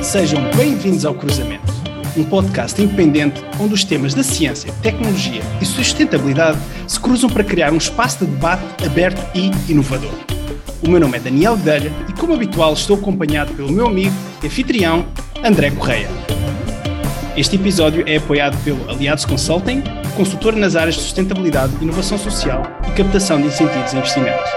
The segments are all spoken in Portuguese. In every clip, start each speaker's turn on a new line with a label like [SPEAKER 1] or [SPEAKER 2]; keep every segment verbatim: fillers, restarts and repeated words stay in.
[SPEAKER 1] Sejam bem-vindos ao Cruzamento, um podcast independente onde os temas da ciência, tecnologia e sustentabilidade se cruzam para criar um espaço de debate aberto e inovador. O meu nome é Daniel Guedelha e, como habitual, estou acompanhado pelo meu amigo e anfitrião, André Correia. Este episódio é apoiado pelo Aliados Consulting, consultor nas áreas de sustentabilidade, inovação social e captação de incentivos a investimentos.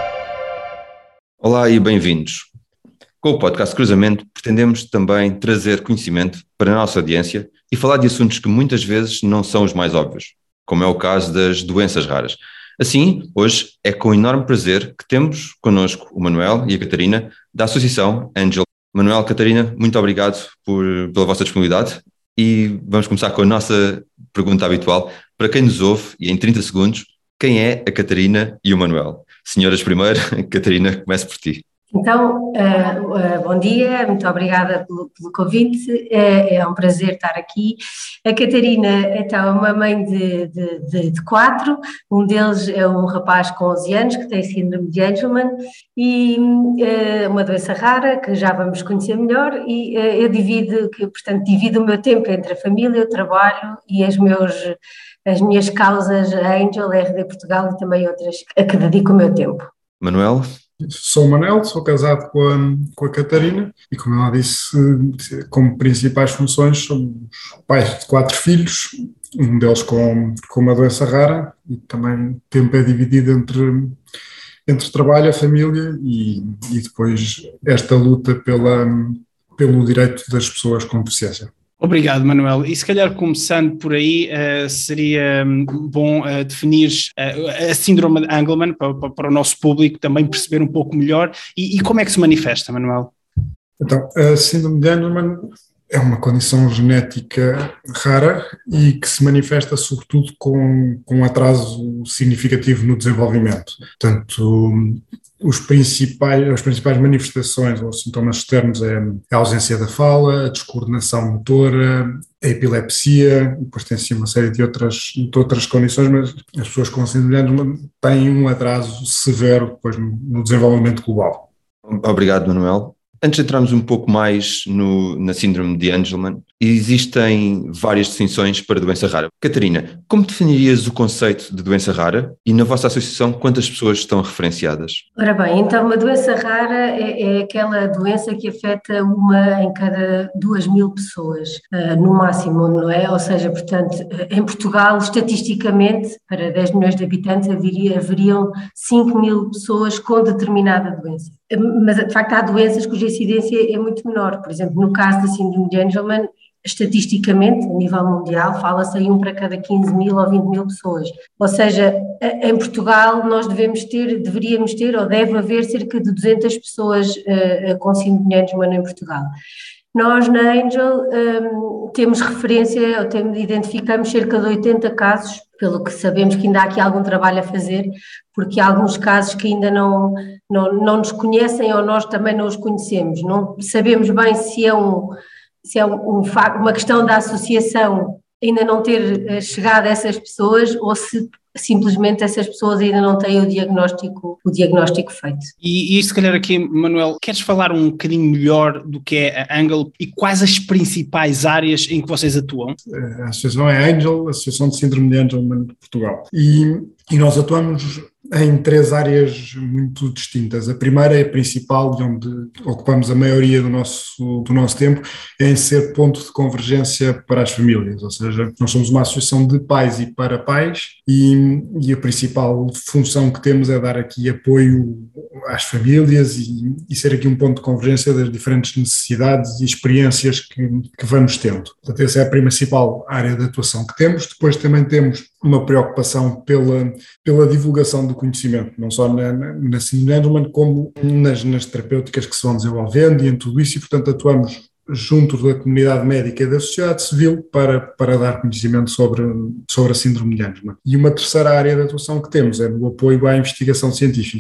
[SPEAKER 2] Olá e bem-vindos. Com o podcast Cruzamento, pretendemos também trazer conhecimento para a nossa audiência e falar de assuntos que muitas vezes não são os mais óbvios, como é o caso das doenças raras. Assim, hoje é com enorme prazer que temos connosco o Manuel e a Catarina da Associação Angel. Manuel, Catarina, muito obrigado por, pela vossa disponibilidade e vamos começar com a nossa pergunta habitual. Para quem nos ouve, e em trinta segundos, quem é a Catarina e o Manuel? Senhoras primeiro, Catarina, comece por ti.
[SPEAKER 3] Então, uh, uh, bom dia, muito obrigada pelo, pelo convite, é, é um prazer estar aqui. A Catarina então, é uma mãe de, de, de, de quatro, um deles é um rapaz com onze anos que tem síndrome de Angelman e uh, uma doença rara que já vamos conhecer melhor e uh, eu divido, que, portanto, divido o meu tempo entre a família, o trabalho e as, meus, as minhas causas, a Angel, a R D Portugal e também outras a que dedico o meu tempo.
[SPEAKER 2] Manuel?
[SPEAKER 4] Sou o Manel, sou casado com a, com a Catarina e, como ela disse, como principais funções somos pais de quatro filhos, um deles com, com uma doença rara e também o tempo é dividido entre, entre trabalho, a família e, e depois esta luta pela, pelo direito das pessoas com deficiência.
[SPEAKER 1] Obrigado, Manuel. E se calhar começando por aí, uh, seria bom uh, definir uh, a síndrome de Angelman para, para o nosso público também perceber um pouco melhor e, e como é que se manifesta, Manuel?
[SPEAKER 4] Então, a síndrome de Angelman é uma condição genética rara e que se manifesta sobretudo com, com um atraso significativo no desenvolvimento. Portanto, os principais, as principais manifestações ou sintomas externos é a ausência da fala, a descoordenação motora, a epilepsia, e depois tem assim uma série de outras, de outras condições, mas as pessoas com síndrome de Angelman têm um atraso severo depois no, no desenvolvimento global.
[SPEAKER 2] Obrigado, Manuel. Antes de entrarmos um pouco mais no, na síndrome de Angelman, existem várias definições para doença rara. Catarina, como definirias o conceito de doença rara e na vossa associação quantas pessoas estão referenciadas?
[SPEAKER 3] Ora bem, então uma doença rara é, é aquela doença que afeta uma em cada duas mil pessoas, uh, no máximo, não é? Ou seja, portanto, em Portugal, estatisticamente, para dez milhões de habitantes, haveria, haveriam cinco mil pessoas com determinada doença. Mas, de facto, há doenças cuja incidência é muito menor. Por exemplo, no caso da síndrome de Angelman, estatisticamente, a nível mundial, fala-se em um para cada quinze mil ou vinte mil pessoas. Ou seja, em Portugal nós devemos ter, deveríamos ter, ou deve haver cerca de duzentas pessoas uh, com síndrome de Angelman em Portugal. Nós na Angel um, temos referência, ou temos, identificamos cerca de oitenta casos, pelo que sabemos que ainda há aqui algum trabalho a fazer, porque há alguns casos que ainda não, não, não nos conhecem ou nós também não os conhecemos. Não sabemos bem se é, um, se é um, um, uma questão da associação ainda não ter chegado a essas pessoas ou se simplesmente essas pessoas ainda não têm o diagnóstico, o diagnóstico feito.
[SPEAKER 1] E, e se calhar aqui, Manuel, queres falar um bocadinho melhor do que é a Angel e quais as principais áreas em que vocês atuam?
[SPEAKER 4] A associação é Angel, a Associação de Síndrome de Angelman de Portugal. E, e nós atuamos em três áreas muito distintas. A primeira e a principal, de onde ocupamos a maioria do nosso, do nosso tempo, é em ser ponto de convergência para as famílias, ou seja, nós somos uma associação de pais e para pais e, e a principal função que temos é dar aqui apoio às famílias e, e ser aqui um ponto de convergência das diferentes necessidades e experiências que, que vamos tendo. Portanto, essa é a principal área de atuação que temos. Depois também temos uma preocupação pela, pela divulgação do conhecimento, não só na, na, na síndrome de Angelman, como nas, nas terapêuticas que se vão desenvolvendo e em tudo isso, e portanto atuamos junto da comunidade médica e da sociedade civil para, para dar conhecimento sobre, sobre a síndrome de Angelman. E uma terceira área de atuação que temos é no apoio à investigação científica.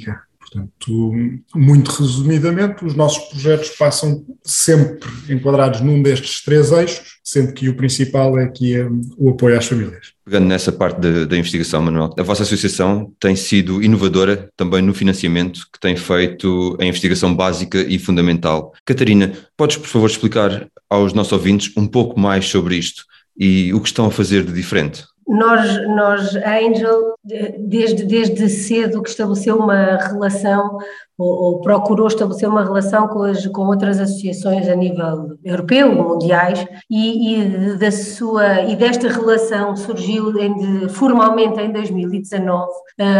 [SPEAKER 4] Portanto, muito resumidamente, os nossos projetos passam sempre enquadrados num destes três eixos, sendo que o principal é aqui o apoio às famílias.
[SPEAKER 2] Pegando nessa parte da, da investigação, Manuel, a vossa associação tem sido inovadora também no financiamento que tem feito a investigação básica e fundamental. Catarina, podes, por favor, explicar aos nossos ouvintes um pouco mais sobre isto e o que estão a fazer de diferente?
[SPEAKER 3] Nós, nós, a Angel, desde, desde cedo que estabeleceu uma relação, ou, ou procurou estabelecer uma relação com, as, com outras associações a nível europeu, mundiais, e, e, da sua, e desta relação surgiu em, formalmente em dois mil e dezanove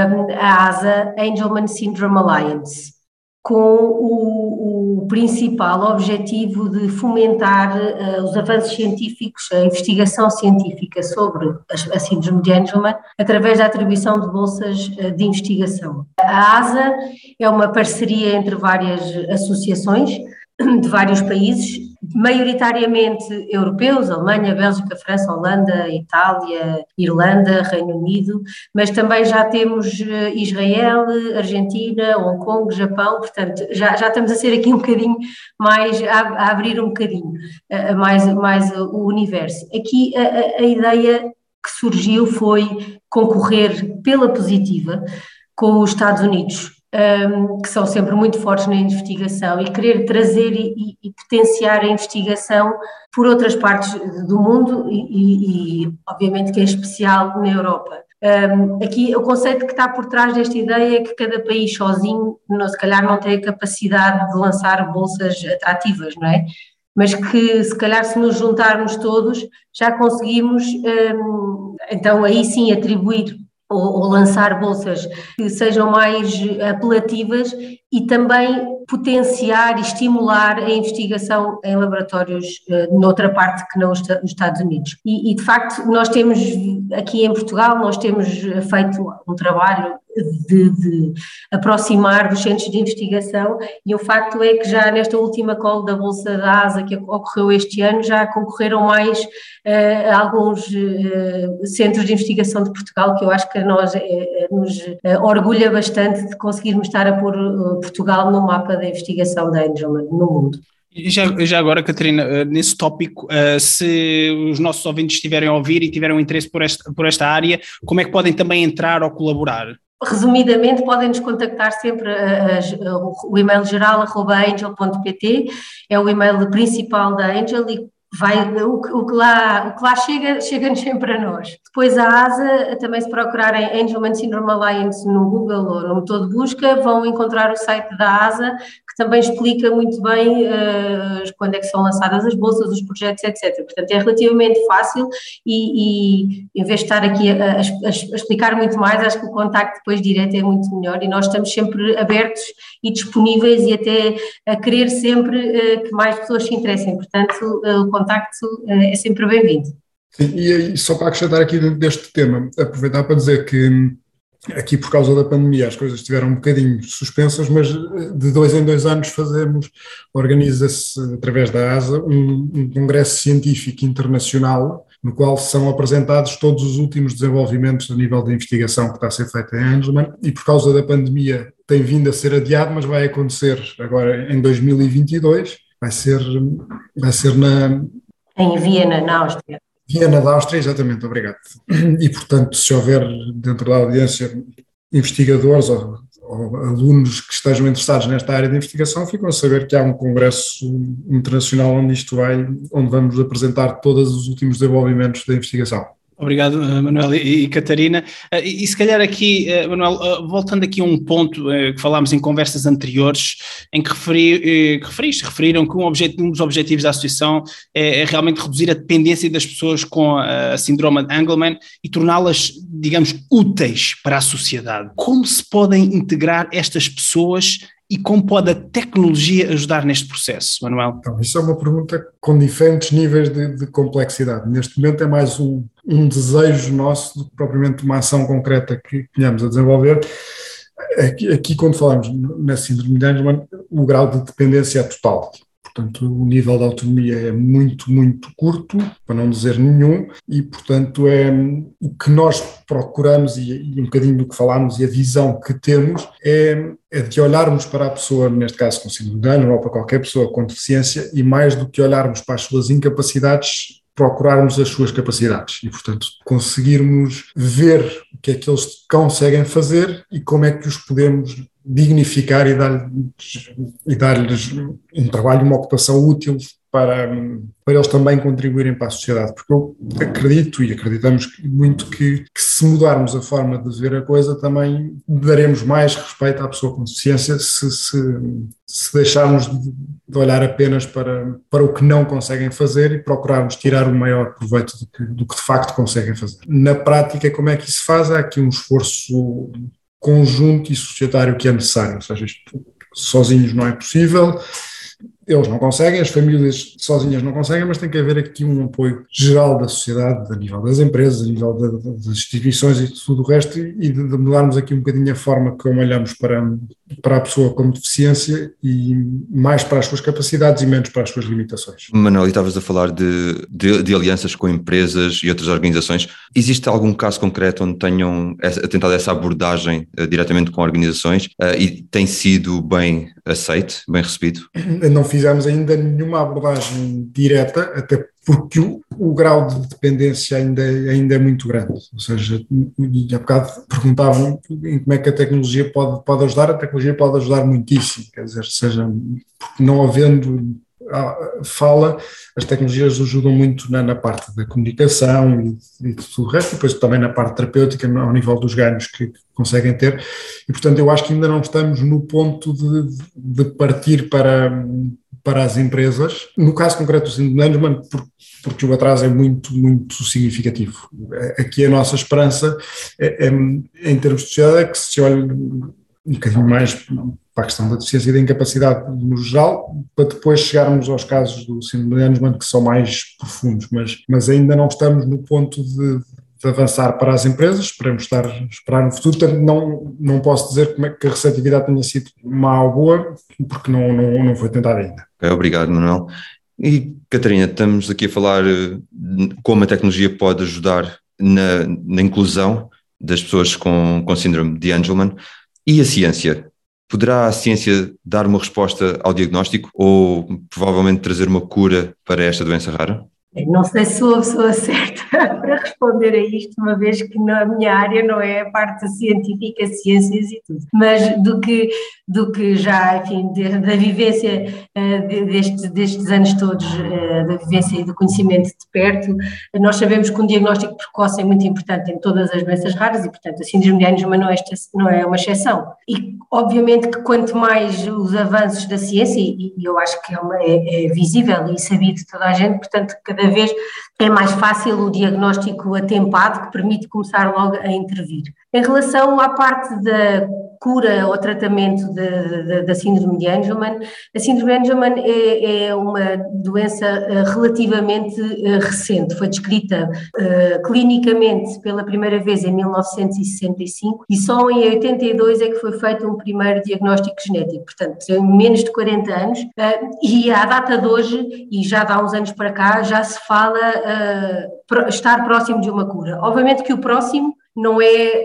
[SPEAKER 3] a ASA, Angelman Syndrome Alliance, com o, o principal objetivo de fomentar uh, os avanços científicos, a investigação científica sobre a, a síndrome de Angelman, através da atribuição de bolsas uh, de investigação. A ASA é uma parceria entre várias associações de vários países, maioritariamente europeus, Alemanha, Bélgica, França, Holanda, Itália, Irlanda, Reino Unido, mas também já temos Israel, Argentina, Hong Kong, Japão, portanto já, já estamos a ser aqui um bocadinho mais, a, a abrir um bocadinho mais, mais o universo. Aqui a, a ideia que surgiu foi concorrer pela positiva com os Estados Unidos, Um, que são sempre muito fortes na investigação, e querer trazer e, e, e potenciar a investigação por outras partes do mundo e, e, e obviamente que é especial na Europa. Um, aqui o conceito que está por trás desta ideia é que cada país sozinho, não, se calhar não tem a capacidade de lançar bolsas atrativas, não é? Mas que se calhar se nos juntarmos todos já conseguimos um, então aí sim atribuir ou lançar bolsas que sejam mais apelativas e também potenciar e estimular a investigação em laboratórios uh, noutra parte que não os Estados Unidos. E, e de facto nós temos aqui em Portugal, nós temos feito um trabalho de, de aproximar dos centros de investigação, e o facto é que já nesta última call da Bolsa da ASA que ocorreu este ano já concorreram mais uh, alguns uh, centros de investigação de Portugal, que eu acho que a nós uh, nos uh, orgulha bastante de conseguirmos estar a pôr uh, Portugal no mapa da investigação da Angelman no mundo.
[SPEAKER 1] E já, já agora, Catarina, nesse tópico, se os nossos ouvintes estiverem a ouvir e tiverem um interesse por esta, por esta área, como é que podem também entrar ou colaborar?
[SPEAKER 3] Resumidamente, podem-nos contactar sempre a, a, o e-mail geral arroba angel ponto pt, é o e-mail principal da Angel, e vai, o, o, que lá, o que lá chega, chega-nos sempre a nós. Depois a ASA, também se procurarem Angelman Syndrome Alliance no Google ou no motor de busca, vão encontrar o site da ASA, que também explica muito bem uh, quando é que são lançadas as bolsas, os projetos, etcétera. Portanto, é relativamente fácil e, e em vez de estar aqui a, a, a explicar muito mais, acho que o contacto depois direto é muito melhor, e nós estamos sempre abertos e disponíveis e até a querer sempre uh, que mais pessoas se interessem. Portanto, uh, o contacto uh, é sempre bem-vindo.
[SPEAKER 4] Sim, e só para acrescentar aqui deste tema, aproveitar para dizer que aqui por causa da pandemia as coisas estiveram um bocadinho suspensas, mas de dois em dois anos fazemos, organiza-se através da ASA um, um congresso científico internacional no qual são apresentados todos os últimos desenvolvimentos a nível de investigação que está a ser feita em Angelman, e por causa da pandemia tem vindo a ser adiado, mas vai acontecer agora em dois mil e vinte e dois, vai ser, vai ser na...
[SPEAKER 3] Em Viena, na Áustria.
[SPEAKER 4] Viena da Áustria, exatamente, obrigado. E, portanto, se houver dentro da audiência investigadores ou, ou alunos que estejam interessados nesta área de investigação, ficam a saber que há um congresso internacional onde isto vai, onde vamos apresentar todos os últimos desenvolvimentos da investigação.
[SPEAKER 1] Obrigado, Manuel e, e Catarina. E, e se calhar aqui, Manuel, voltando aqui a um ponto que falámos em conversas anteriores, em que, referi, que referiste, referiram que um, objet, um dos objetivos da associação é, é realmente reduzir a dependência das pessoas com a, a síndrome de Angelman e torná-las, digamos, úteis para a sociedade. Como se podem integrar estas pessoas e como pode a tecnologia ajudar neste processo, Manuel?
[SPEAKER 4] Então, isso é uma pergunta com diferentes níveis de, de complexidade. Neste momento é mais um, um desejo nosso do que propriamente uma ação concreta que venhamos a desenvolver. Aqui, aqui quando falamos na síndrome de Angelman, o grau de dependência é total. portanto o nível de autonomia é muito, muito curto, para não dizer nenhum, e portanto é o que nós procuramos e, e um bocadinho do que falámos e a visão que temos é, é de olharmos para a pessoa, neste caso com síndrome de Down ou para qualquer pessoa com deficiência, e mais do que olharmos para as suas incapacidades, procurarmos as suas capacidades e, portanto, conseguirmos ver o que é que eles conseguem fazer e como é que os podemos dignificar e dar-lhes, e dar-lhes um trabalho, uma ocupação útil para, para eles também contribuírem para a sociedade, porque eu acredito e acreditamos muito que, que se mudarmos a forma de ver a coisa também daremos mais respeito à pessoa com deficiência se, se, se deixarmos de olhar apenas para, para o que não conseguem fazer e procurarmos tirar o maior proveito do que, do que de facto conseguem fazer. Na prática, como é que isso se faz? Há aqui um esforço conjunto e societário que é necessário, ou seja, isto sozinhos não é possível. Eles não conseguem, as famílias sozinhas não conseguem, mas tem que haver aqui um apoio geral da sociedade, a nível das empresas, a nível de, de, das instituições e de tudo o resto, e de, de mudarmos aqui um bocadinho a forma como olhamos para, para a pessoa com deficiência e mais para as suas capacidades e menos para as suas limitações.
[SPEAKER 2] Manuel, estavas a falar de, de, de alianças com empresas e outras organizações. Existe algum caso concreto onde tenham essa, tentado essa abordagem uh, diretamente com organizações uh, e tem sido bem aceito, bem recebido?
[SPEAKER 4] Não fizemos ainda nenhuma abordagem direta, até porque o, o grau de dependência ainda, ainda é muito grande. Ou seja, há bocado perguntavam como é que a tecnologia pode, pode ajudar. A tecnologia pode ajudar muitíssimo, quer dizer, seja, porque não havendo fala, as tecnologias ajudam muito na, na parte da comunicação e, e tudo o resto, e depois também na parte terapêutica, ao nível dos ganhos que, que conseguem ter, e portanto eu acho que ainda não estamos no ponto de, de partir para, para as empresas, no caso concreto do Syndrome Management, porque, porque o atraso é muito, muito significativo. Aqui a nossa esperança, é, é, em termos de sociedade, é que se olhe um bocadinho mais para a questão da deficiência e da incapacidade no geral, para depois chegarmos aos casos do Syndrome Management que são mais profundos, mas, mas ainda não estamos no ponto de, de avançar para as empresas, esperamos estar, esperar no futuro, portanto não, não posso dizer como é que a receptividade tenha sido má ou boa, porque não, não, não foi tentada ainda.
[SPEAKER 2] Okay, obrigado, Manuel. E Catarina, estamos aqui a falar como a tecnologia pode ajudar na, na inclusão das pessoas com, com síndrome de Angelman. E a ciência? Poderá a ciência dar uma resposta ao diagnóstico ou provavelmente trazer uma cura para esta doença rara?
[SPEAKER 3] Não sei se sou a pessoa certa para responder a isto, uma vez que na minha área não é a parte científica, ciências e tudo, mas do que, do que já, enfim, de, da vivência uh, de, destes, destes anos todos, uh, da vivência e do conhecimento de perto, nós sabemos que um diagnóstico precoce é muito importante em todas as doenças raras e, portanto, a síndrome de Angelman não é, não é uma exceção. E, obviamente, que quanto mais os avanços da ciência, e, e eu acho que é, uma, é, é visível e sabido de toda a gente, portanto, cada Cada vez é mais fácil o diagnóstico atempado, que permite começar logo a intervir. Em relação à parte da cura ou tratamento de, de, da síndrome de Angelman, a síndrome de Angelman é, é uma doença relativamente recente, foi descrita uh, clinicamente pela primeira vez em mil novecentos e sessenta e cinco e só em oitenta e dois é que foi feito um primeiro diagnóstico genético, portanto, em menos de quarenta anos, uh, e à data de hoje, e já de há uns anos para cá, já se fala uh, estar próximo de uma cura. Obviamente que o próximo não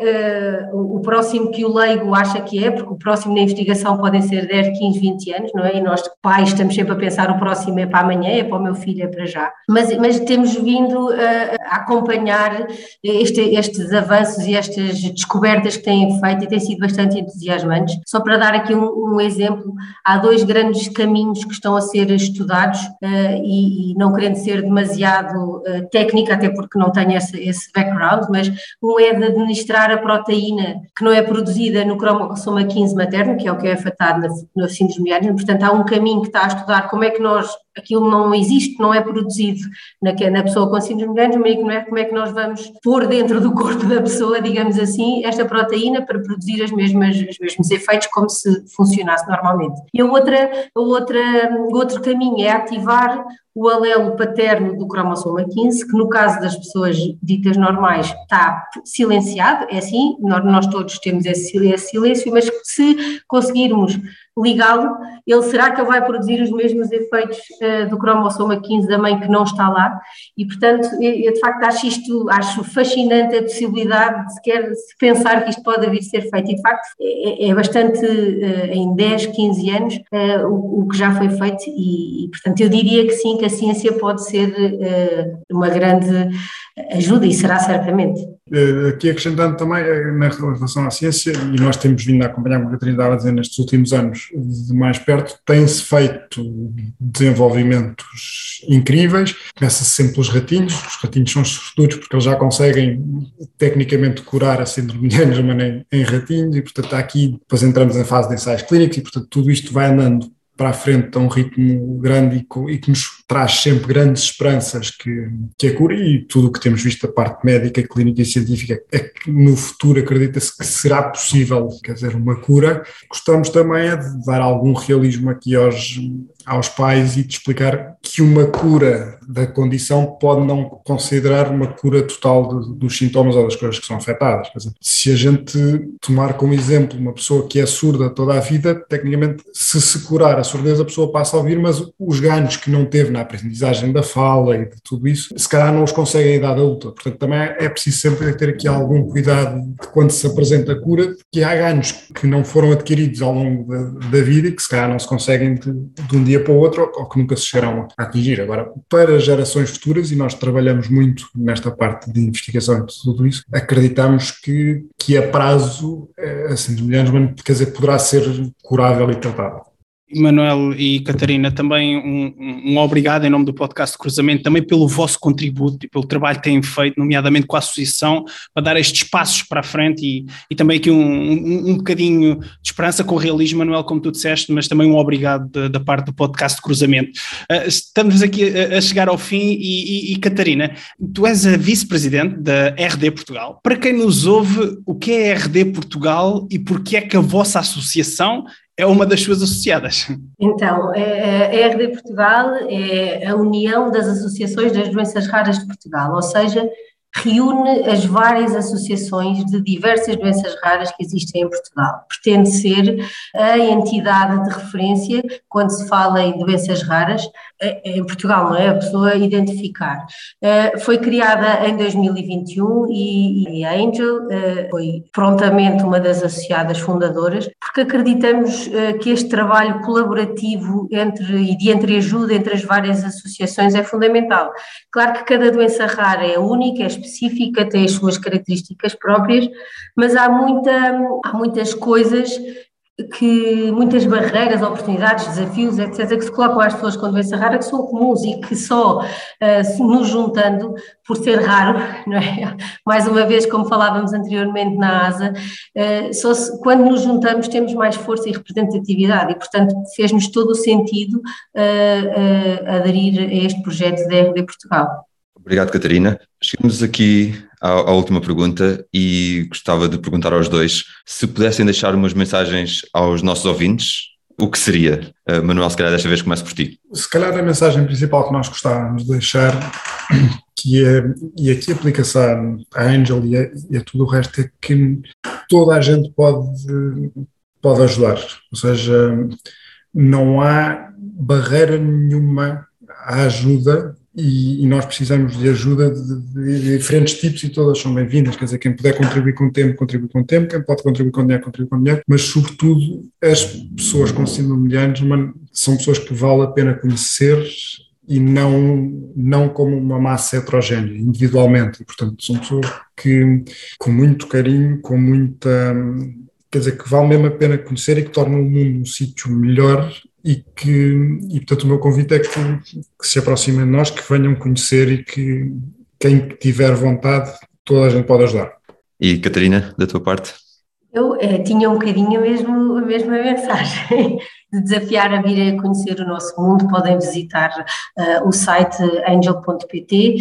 [SPEAKER 3] é uh, o próximo que o leigo acha que é, porque o próximo na investigação podem ser dez, quinze, vinte anos, não é? E nós pais estamos sempre a pensar o próximo é para amanhã, é para o meu filho, é para já. Mas, mas temos vindo uh, a acompanhar este, estes avanços e estas descobertas que têm feito e têm sido bastante entusiasmantes. Só para dar aqui um, um exemplo, há dois grandes caminhos que estão a ser estudados uh, e, e não querendo ser demasiado uh, técnica, até porque não tenho esse, esse background, mas um é de administrar a proteína que não é produzida no cromossoma quinze materno, que é o que é afetado na, na síndrome de Angelman. Portanto, há um caminho que está a estudar como é que nós, aquilo não existe, não é produzido na, na pessoa com síndrome de Angelman, e como é, como é que nós vamos pôr dentro do corpo da pessoa, digamos assim, esta proteína para produzir as mesmas, os mesmos efeitos como se funcionasse normalmente. E a outra, a outra, o outro caminho é ativar o alelo paterno do cromossoma quinze, que no caso das pessoas ditas normais está silenciado, é assim, nós, nós todos temos esse, esse silêncio, mas se conseguirmos ligá-lo, ele será que ele vai produzir os mesmos efeitos uh, do cromossoma quinze da mãe que não está lá? E, portanto, eu, eu de facto acho isto, acho fascinante a possibilidade de sequer se pensar que isto pode vir a ser feito. E, de facto, é, é bastante, uh, em dez, quinze anos, uh, o, o que já foi feito e, e, portanto, eu diria que sim, que a ciência pode ser uh, uma grande ajuda e será certamente.
[SPEAKER 4] Aqui acrescentando também na relação à ciência, e nós temos vindo a acompanhar, como a Catarina estava a dizer, nestes últimos anos de mais perto, tem-se feito desenvolvimentos incríveis, começa-se sempre pelos ratinhos, os ratinhos são sortudos porque eles já conseguem tecnicamente curar a síndrome de Angelman em, em ratinhos e portanto aqui depois entramos em fase de ensaios clínicos e portanto tudo isto vai andando para a frente a um ritmo grande e, e que nos traz sempre grandes esperanças que, que a cura e tudo o que temos visto da parte médica, clínica e científica é que no futuro acredita-se que será possível, quer dizer, uma cura. Gostamos também é de dar algum realismo aqui aos, aos pais e de explicar que uma cura da condição pode não considerar uma cura total de, dos sintomas ou das coisas que são afetadas. Quer dizer, se a gente tomar como exemplo uma pessoa que é surda toda a vida, tecnicamente se se curar a surdez a pessoa passa a ouvir, mas os ganhos que não teve na aprendizagem da fala e de tudo isso, se calhar não os consegue em idade adulta. Portanto, também é preciso sempre ter aqui algum cuidado de quando se apresenta a cura, que há ganhos que não foram adquiridos ao longo da, da vida e que se calhar não se conseguem de, de um dia para o outro ou que nunca se chegarão a atingir. Agora, para gerações futuras, e nós trabalhamos muito nesta parte de investigação e de tudo isso, acreditamos que, que a prazo, a síndrome de Angelman, quer dizer, poderá ser curável e tratável.
[SPEAKER 1] Manuel e Catarina, também um, um obrigado em nome do podcast Cruzamento, também pelo vosso contributo e pelo trabalho que têm feito, nomeadamente com a associação, para dar estes passos para a frente e, e também aqui um, um, um bocadinho de esperança com o realismo, Manuel, como tu disseste, mas também um obrigado da, da parte do podcast Cruzamento. Uh, estamos aqui a, a chegar ao fim e, e, e Catarina, tu és a vice-presidente da R D Portugal. Para quem nos ouve, o que é a R D Portugal e por que é que a vossa associação é uma das suas associadas?
[SPEAKER 3] Então, a R D Portugal é a união das associações das doenças raras de Portugal, ou seja, reúne as várias associações de diversas doenças raras que existem em Portugal. Pretende ser a entidade de referência quando se fala em doenças raras em Portugal, não é? A pessoa identificar. Foi criada em dois mil e vinte e um e a Angel foi prontamente uma das associadas fundadoras, porque acreditamos que este trabalho colaborativo entre, e de entreajuda entre as várias associações é fundamental. Claro que cada doença rara é única, é específica, tem as suas características próprias, mas há, muita, há muitas coisas, que, muitas barreiras, oportunidades, desafios, etcétera, que se colocam às pessoas com doença rara, que são comuns e que só uh, nos juntando, por ser raro, não é? Mais uma vez, como falávamos anteriormente na ASA, uh, só se, quando nos juntamos temos mais força e representatividade e, portanto, fez-nos todo o sentido uh, uh, aderir a este projeto da R D Portugal.
[SPEAKER 2] Obrigado, Catarina. Chegamos aqui à, à última pergunta e gostava de perguntar aos dois se pudessem deixar umas mensagens aos nossos ouvintes, o que seria? Uh, Manuel, se calhar desta vez começo por ti.
[SPEAKER 4] Se calhar a mensagem principal que nós gostávamos de deixar, que é, e aqui aplica-se à Angel e a, e a tudo o resto, é que toda a gente pode, pode ajudar, ou seja, não há barreira nenhuma à ajuda. E, e nós precisamos de ajuda de, de, de diferentes tipos e todas são bem-vindas, quer dizer, quem puder contribuir com tempo, contribui com tempo, quem pode contribuir com dinheiro, contribui com dinheiro, mas sobretudo as pessoas com síndrome de Angelman são pessoas que vale a pena conhecer e não, não como uma massa heterogénea, individualmente, e portanto são pessoas que com muito carinho, com muita, quer dizer, que vale mesmo a pena conhecer e que tornam o mundo um sítio melhor. E, que, e portanto o meu convite é que, que se aproximem de nós, que venham conhecer e que quem tiver vontade, toda a gente pode ajudar.
[SPEAKER 2] E Catarina, da tua parte?
[SPEAKER 3] Eu é, tinha um bocadinho mesmo, a mesma mensagem de desafiar a vir a conhecer o nosso mundo. Podem visitar uh, o site angel ponto pt,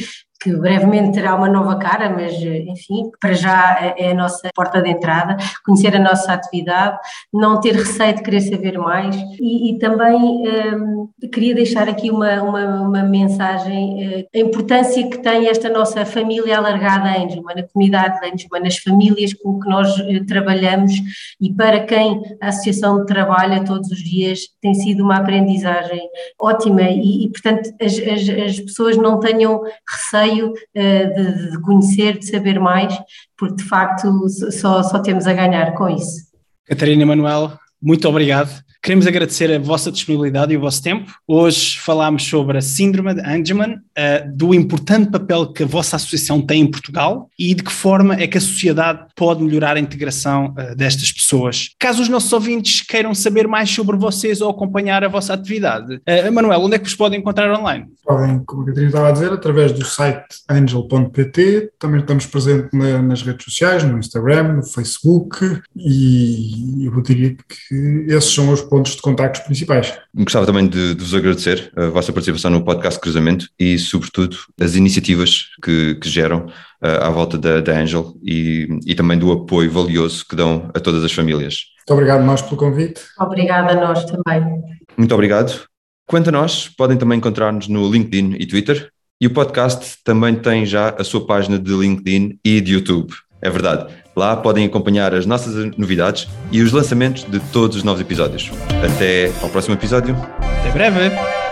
[SPEAKER 3] que brevemente terá uma nova cara, mas enfim, para já é a nossa porta de entrada, conhecer a nossa atividade, não ter receio de querer saber mais e, e também um, queria deixar aqui uma, uma, uma mensagem, a importância que tem esta nossa família alargada Angelman, a comunidade de Angelman, as famílias com que nós trabalhamos e para quem a Associação trabalha todos os dias, tem sido uma aprendizagem ótima e, e portanto, as, as, as pessoas não tenham receio uh, de, de conhecer, de saber mais, porque de facto só, só temos a ganhar com isso.
[SPEAKER 1] Catarina e Manuel, muito obrigado. Queremos agradecer a vossa disponibilidade e o vosso tempo. Hoje falámos sobre a síndrome de Angelman, uh, do importante papel que a vossa associação tem em Portugal e de que forma é que a sociedade pode melhorar a integração uh, destas pessoas. Caso os nossos ouvintes queiram saber mais sobre vocês ou acompanhar a vossa atividade, uh, Manuel, onde é que vos podem encontrar online?
[SPEAKER 4] Podem, como a Catarina estava a dizer, através do site angel ponto pt, também estamos presentes na, nas redes sociais, no Instagram, no Facebook e eu diria que esses são os pontos de contactos principais.
[SPEAKER 2] Gostava também de, de vos agradecer a vossa participação no podcast Cruzamento e, sobretudo, as iniciativas que, que geram uh, à volta da, da Angel e, e também do apoio valioso que dão a todas as famílias.
[SPEAKER 4] Muito obrigado a nós pelo convite.
[SPEAKER 3] Obrigada a nós também.
[SPEAKER 2] Muito obrigado. Quanto a nós, podem também encontrar-nos no LinkedIn e Twitter e o podcast também tem já a sua página de LinkedIn e de YouTube. É verdade. Lá podem acompanhar as nossas novidades e os lançamentos de todos os novos episódios. Até ao próximo episódio.
[SPEAKER 1] Até breve!